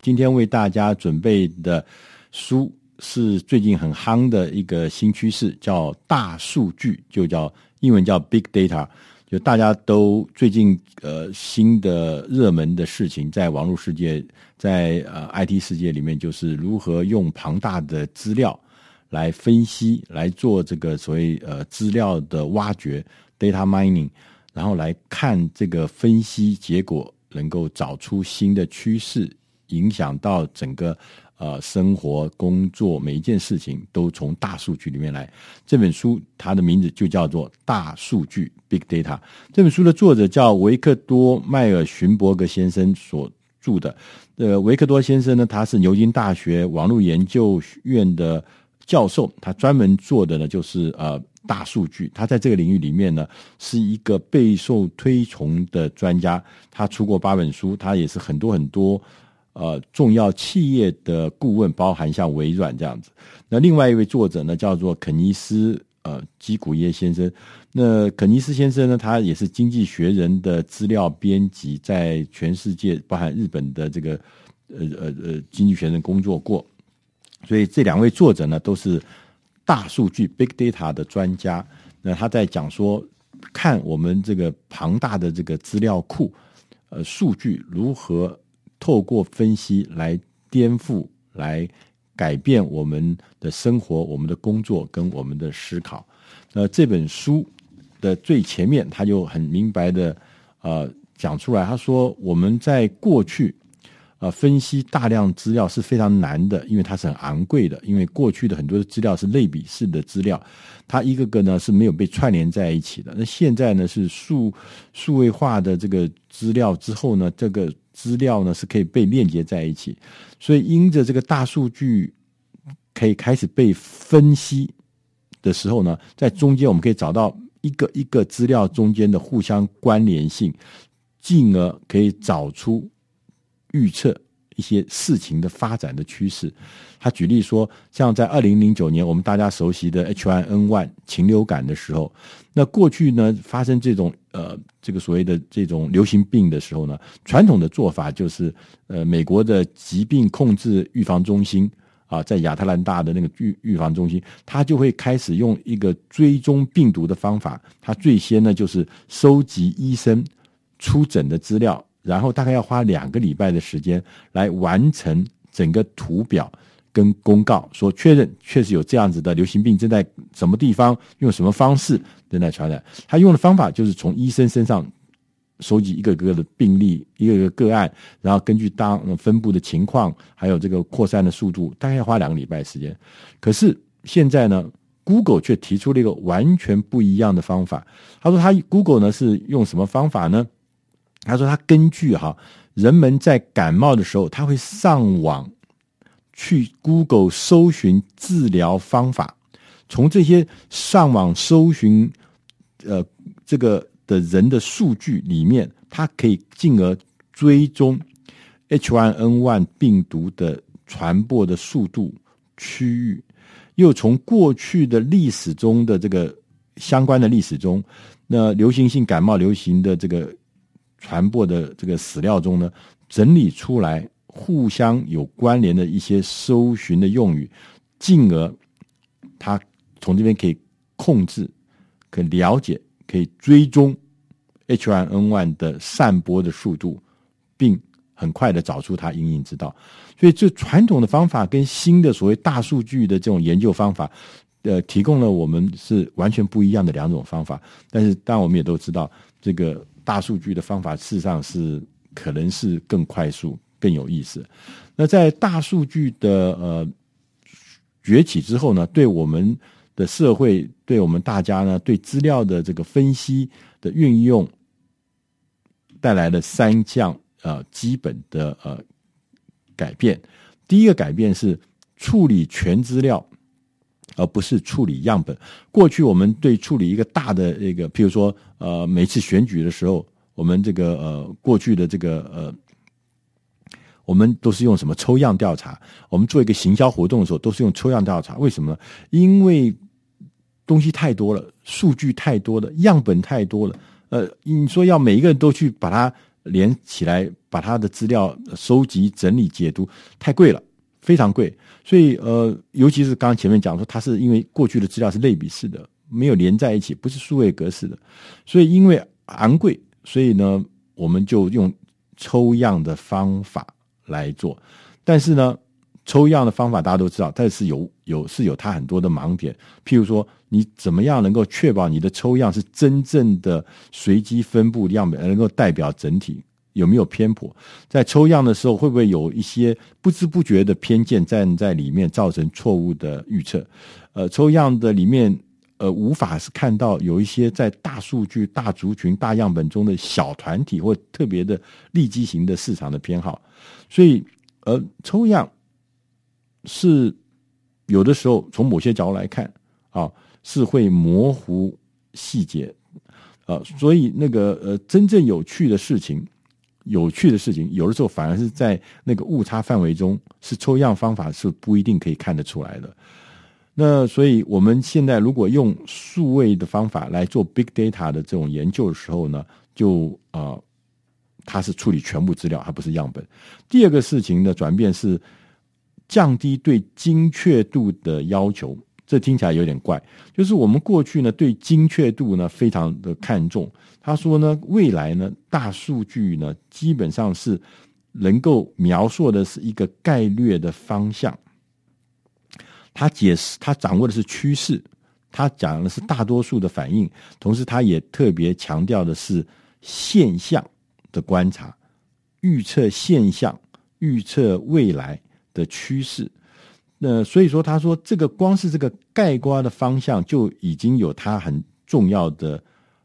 今天为大家准备的书是最近很夯的一个新趋势，叫大数据，就叫英文叫 Big Data， 就大家都最近新的热门的事情，在网络世界，在IT 世界里面，就是如何用庞大的资料来分析，来做这个所谓资料的挖掘 data mining， 然后来看这个分析结果，能够找出新的趋势，影响到整个生活工作每一件事情都从大数据里面来。这本书它的名字就叫做大数据 Big Data。 这本书的作者叫维克多·迈尔逊伯格先生所著的。维克多先生呢，他是牛津大学网络研究院的教授，他专门做的呢就是大数据。他在这个领域里面呢是一个备受推崇的专家，他出过8本书，他也是很多重要企业的顾问，包含像微软这样子。那另外一位作者呢叫做肯尼斯基古耶先生。那肯尼斯先生呢，他也是经济学人的资料编辑，在全世界包含日本的这个经济学人工作过。所以这2位作者呢都是大数据 Big Data 的专家。那他在讲说，看我们这个庞大的这个资料库数据如何透过分析来颠覆，来改变我们的生活，我们的工作跟我们的思考。这本书的最前面他就很明白的讲出来，他说我们在过去分析大量资料是非常难的，因为它是很昂贵的，因为过去的很多的资料是类比式的资料，它一个个呢是没有被串联在一起的。那现在呢是数位化的这个资料之后呢，这个资料呢是可以被链接在一起，所以因着这个大数据可以开始被分析的时候呢，在中间我们可以找到一个一个资料中间的互相关联性，进而可以找出预测一些事情的发展的趋势。他举例说，像在2009年我们大家熟悉的 H1N1 禽流感的时候，那过去呢发生这种这个所谓的这种流行病的时候呢，传统的做法就是美国的疾病控制预防中心在亚特兰大的那个预防中心，他就会开始用一个追踪病毒的方法。他最先呢就是收集医生出诊的资料，然后大概要花2个礼拜的时间来完成整个图表跟公告，说确认确实有这样子的流行病正在什么地方，用什么方式正在传染。他用的方法就是从医生身上收集一个个的病例，一个个个案，然后根据分布的情况还有这个扩散的速度，大概要花2个礼拜的时间。可是现在呢 Google 却提出了一个完全不一样的方法。他说Google 呢是用什么方法呢？他说他根据人们在感冒的时候，他会上网去 Google 搜寻治疗方法，从这些上网搜寻这个的人的数据里面，他可以进而追踪 H1N1 病毒的传播的速度区域，又从过去的历史中的这个相关的历史中，那流行性感冒流行的这个传播的这个史料中呢，整理出来互相有关联的一些搜寻的用语，进而他从这边可以控制，可以了解，可以追踪 H1N1 的散播的速度，并很快的找出它因应之道。所以这传统的方法跟新的所谓大数据的这种研究方法提供了我们是完全不一样的2种方法。但是当然我们也都知道，这个大数据的方法事实上是可能是更快速更有意思。那在大数据的崛起之后呢，对我们的社会，对我们大家呢，对资料的这个分析的运用带来了3项基本的改变。第一个改变是处理全资料，而不是处理样本。过去我们对处理一个大的一个，譬如说每次选举的时候，我们这个过去的这个我们都是用什么抽样调查，我们做一个行销活动的时候都是用抽样调查。为什么呢？因为东西太多了，数据太多了，样本太多了，你说要每一个人都去把它连起来把它的资料收集、整理、解读，太贵了，非常贵。所以尤其是刚刚前面讲说，它是因为过去的资料是类比式的，没有连在一起，不是数位格式的，所以因为昂贵，所以呢，我们就用抽样的方法来做。但是呢，抽样的方法大家都知道，但是有它很多的盲点。譬如说，你怎么样能够确保你的抽样是真正的随机分布样本，能够代表整体？有没有偏颇？在抽样的时候，会不会有一些不知不觉的偏见站在里面，造成错误的预测？抽样的里面，无法是看到有一些在大数据、大族群、大样本中的小团体或特别的利基型的市场的偏好，所以抽样是有的时候从某些角度来看啊，是会模糊细节所以那个真正有趣的事情，有的时候反而是在那个误差范围中，是抽样方法是不一定可以看得出来的。那所以我们现在如果用数位的方法来做 big data 的这种研究的时候呢，就它是处理全部资料，它不是样本。第二个事情的转变是降低对精确度的要求，这听起来有点怪，就是我们过去呢对精确度呢非常的看重。他说呢，未来呢大数据呢基本上是能够描述的是一个概略的方向，他掌握的是趋势，他讲的是大多数的反应，同时他也特别强调的是现象的观察，预测现象，预测未来的趋势。所以说他说这个光是这个概括的方向就已经有它很重要的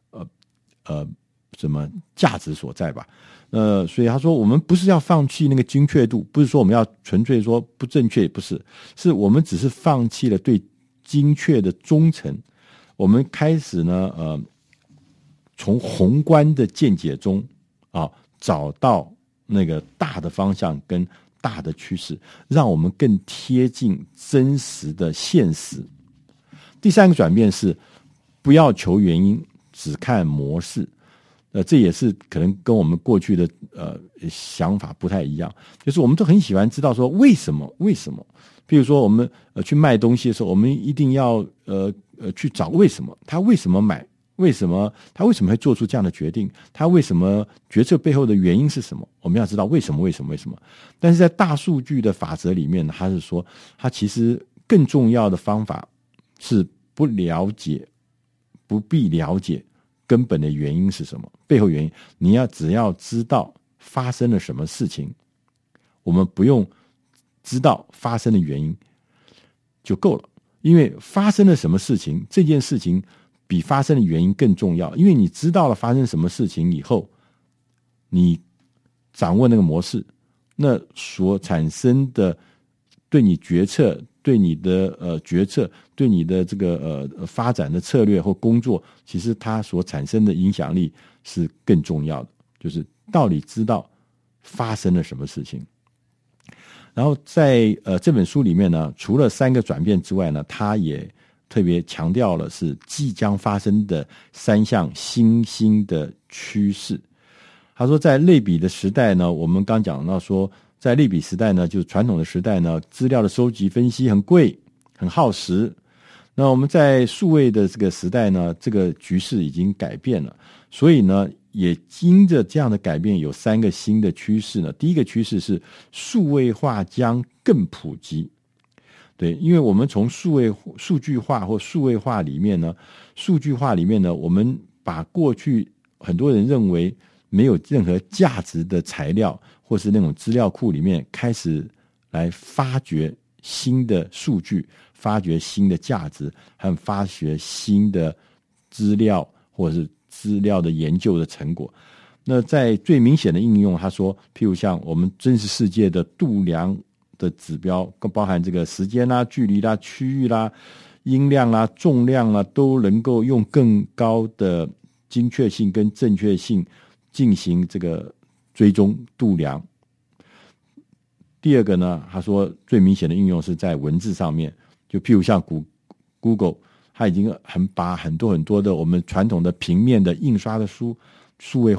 什么价值所在吧。所以他说我们不是要放弃那个精确度，不是说我们要纯粹说不正确，不是，是我们只是放弃了对精确的忠诚，我们开始呢从宏观的见解中找到那个大的方向跟大的趋势，让我们更贴近真实的现实。第三个转变是不要求原因，只看模式。这也是可能跟我们过去的想法不太一样，就是我们都很喜欢知道说为什么。譬如说我们去卖东西的时候，我们一定要去找为什么，他为什么买，他为什么会做出这样的决定，他为什么决策背后的原因是什么，我们要知道为什么。但是在大数据的法则里面，他是说他其实更重要的方法是不必了解根本的原因是什么，背后原因你只要知道发生了什么事情，我们不用知道发生的原因就够了。因为发生了什么事情，这件事情比发生的原因更重要。因为你知道了发生什么事情以后，你掌握那个模式，那所产生的对你决策，对你的决策，对你的这个发展的策略或工作，其实它所产生的影响力是更重要的，就是到底知道发生了什么事情。然后在这本书里面呢，除了3个转变之外呢，他也特别强调了是即将发生的3项新兴的趋势。他说在类比的时代呢，我们刚讲到说在类比时代呢，就是传统的时代呢，资料的收集分析很贵很耗时。那我们在数位的这个时代呢，这个局势已经改变了，所以呢也经着这样的改变，有3个新的趋势呢。第一个趋势是数位化将更普及。对，因为我们从数据化或数位化里面呢，我们把过去很多人认为没有任何价值的材料或是那种资料库里面，开始来发掘新的数据，发掘新的价值，和发掘新的资料或者是资料的研究的成果。那在最明显的应用，他说譬如像我们真实世界的度量的指标，包含这个时间啦、距离啦、区域啦、音量啦、重量啦，都能够用更高的精确性跟正确性进行这个追踪度量。第二个呢，他说最明显的应用是在文字上面，就譬如像Google， 它已经把很多的我们传统的平面的印刷的书数位化，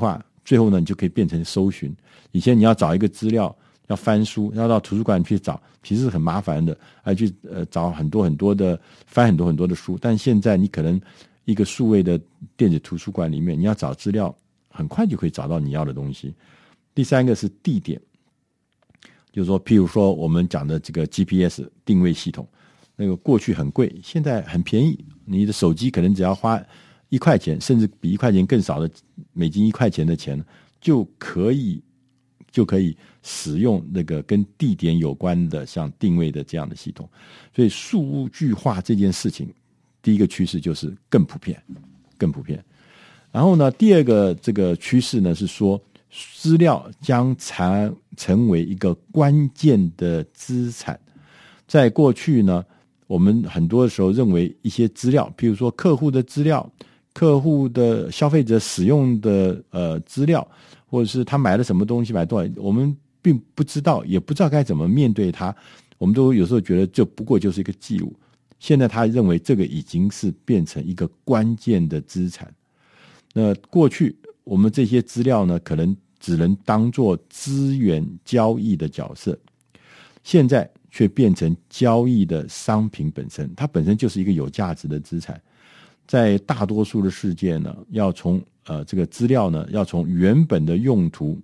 最后呢你就可以变成搜寻。以前你要找一个资料，要翻书，要到图书馆去找，其实是很麻烦的，还去找很多很多的翻很多很多的书。但现在你可能一个数位的电子图书馆里面，你要找资料，很快就可以找到你要的东西。第三个是地点，就是说，譬如说我们讲的这个 GPS 定位系统，那个过去很贵，现在很便宜，你的手机可能只要花1块钱，甚至比1块钱更少的美金1块钱的钱，就可以使用那个跟地点有关的像定位的这样的系统。所以数据化这件事情，第一个趋势就是更普遍。然后呢，第二个这个趋势呢是说，资料将成为一个关键的资产。在过去呢，我们很多时候认为一些资料，譬如说客户的资料、客户的消费者使用的资料，或者是他买了什么东西，买多少，我们并不知道，也不知道该怎么面对它。我们都有时候觉得这不过就是一个记录。现在他认为这个已经是变成一个关键的资产。那过去我们这些资料呢，可能只能当作资源交易的角色，现在却变成交易的商品本身，它本身就是一个有价值的资产。在大多数的世界呢，要从这个资料呢，要从原本的用途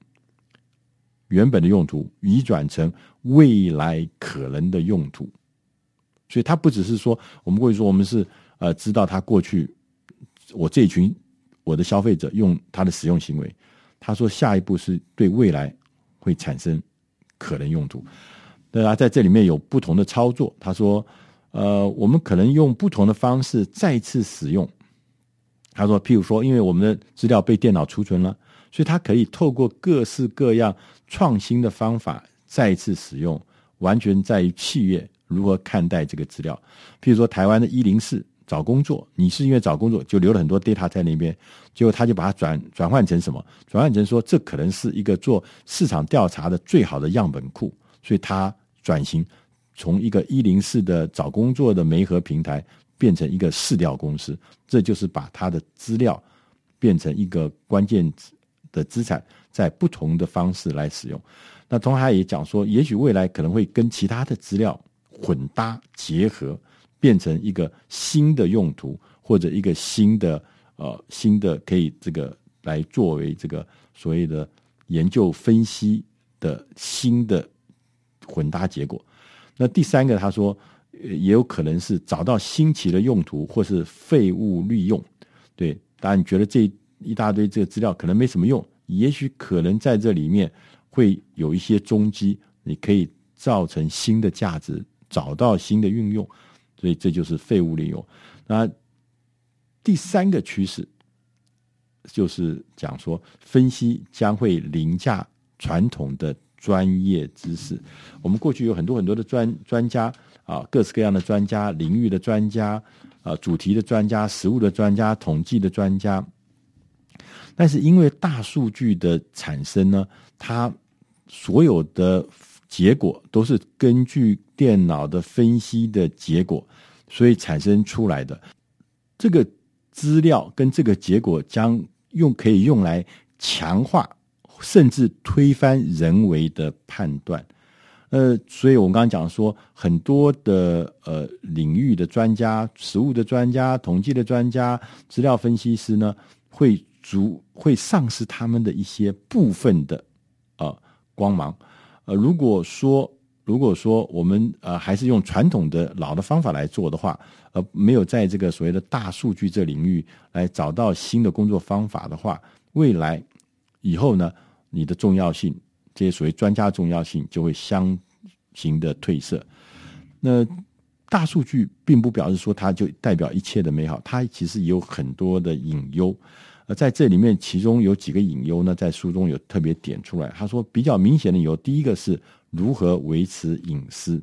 移转成未来可能的用途。所以它不只是说，我们过去说我们是知道他过去我这一群我的消费者用他的使用行为，他说下一步是对未来会产生可能用途。对啊，在这里面有不同的操作。他说我们可能用不同的方式再次使用。他说譬如说，因为我们的资料被电脑储存了，所以他可以透过各式各样创新的方法再次使用，完全在于企业如何看待这个资料。譬如说台湾的104找工作，你是因为找工作就留了很多 data 在那边，结果他就把它转换成什么？转换成说这可能是一个做市场调查的最好的样本库，所以他转型从一个104的找工作的媒合平台变成一个市调公司，这就是把他的资料变成一个关键的资产，在不同的方式来使用。那同时他也讲说，也许未来可能会跟其他的资料混搭结合，变成一个新的用途，或者一个新的可以这个来作为这个所谓的研究分析的新的混搭结果。那第三个他说也有可能是找到新奇的用途，或是废物利用。对，当然你觉得这一大堆这个资料可能没什么用，也许可能在这里面会有一些踪迹，你可以造成新的价值，找到新的运用，所以这就是废物利用。那第三个趋势就是讲说，分析将会凌驾传统的专业知识。我们过去有很多很多的专家啊，各式各样的专家，领域的专家主题的专家，实务的专家，统计的专家。但是因为大数据的产生呢，它所有的结果都是根据电脑的分析的结果，所以产生出来的这个资料跟这个结果可以用来强化甚至推翻人为的判断。所以我们刚刚讲说，很多的领域的专家、实务的专家、统计的专家、资料分析师呢，会丧失他们的一些部分的光芒。如果说我们还是用传统的老的方法来做的话，没有在这个所谓的大数据这领域来找到新的工作方法的话，未来以后呢，你的重要性，这些所谓专家重要性就会相形的褪色。那大数据并不表示说它就代表一切的美好，它其实也有很多的隐忧。在这里面其中有几个隐忧呢，在书中有特别点出来。他说比较明显的有，第一个是如何维持隐私。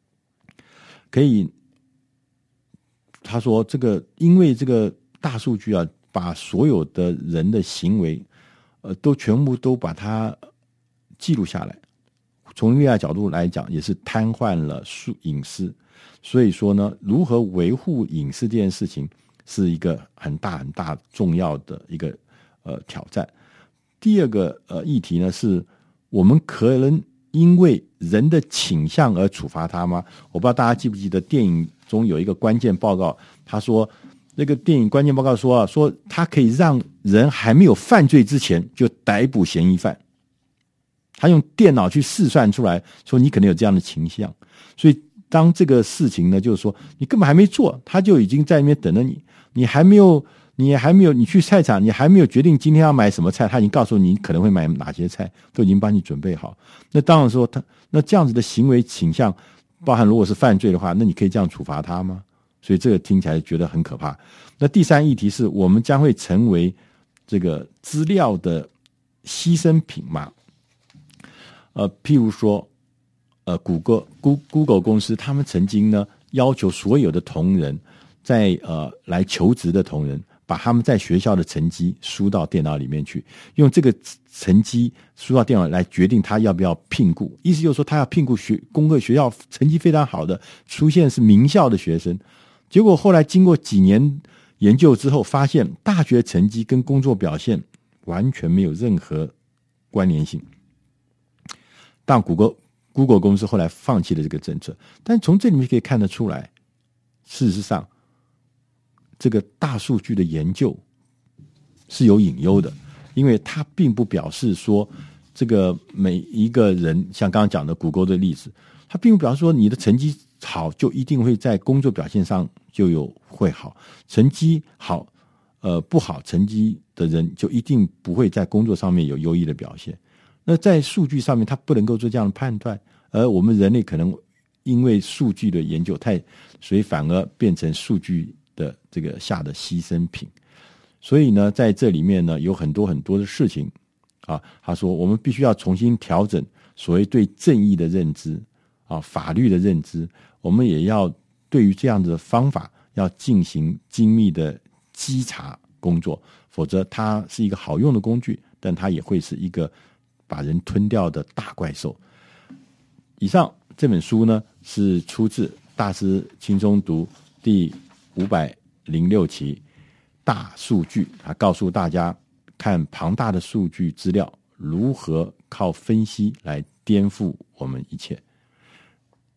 他说因为这个大数据把所有的人的行为都全部都把它记录下来，从另外角度来讲也是瘫痪了隐私。所以说呢，如何维护隐私这件事情是一个很大很大重要的一个挑战。 第二个议题呢，是我们可能因为人的倾向而处罚他吗？我不知道大家记不记得电影中有一个关键报告，他说那个电影关键报告说他可以让人还没有犯罪之前就逮捕嫌疑犯，他用电脑去试算出来说你可能有这样的倾向，所以当这个事情呢，就是说你根本还没做，他就已经在那边等着你，你还没有，你去菜场，你还没有决定今天要买什么菜，他已经告诉你可能会买哪些菜，都已经帮你准备好。那当然说那这样子的行为倾向，包含如果是犯罪的话，那你可以这样处罚他吗？所以这个听起来觉得很可怕。那第三议题是我们将会成为这个资料的牺牲品嘛？譬如说，Google 公司他们曾经呢要求所有的同仁在来求职的同仁，把他们在学校的成绩输到电脑里面去，用这个成绩输到电脑来决定他要不要聘雇。意思就是说，他要聘雇工科学校成绩非常好的，出现是名校的学生。结果后来经过几年研究之后，发现大学成绩跟工作表现完全没有任何关联性。但 Google 公司后来放弃了这个政策，但从这里面可以看得出来，事实上这个大数据的研究是有隐忧的，因为它并不表示说这个每一个人，像刚刚讲的谷歌的例子，它并不表示说你的成绩好就一定会在工作表现上会好，成绩好不好成绩的人就一定不会在工作上面有优异的表现。那在数据上面它不能够做这样的判断，而我们人类可能因为数据的研究所以反而变成数据的这个下的牺牲品。所以呢，在这里面呢有很多很多的事情啊，他说我们必须要重新调整所谓对正义的认知啊，法律的认知，我们也要对于这样的方法要进行精密的稽查工作，否则它是一个好用的工具，但它也会是一个把人吞掉的大怪兽。以上这本书呢是出自大师轻松读第506期大数据，它告诉大家看庞大的数据资料如何靠分析来颠覆我们一切。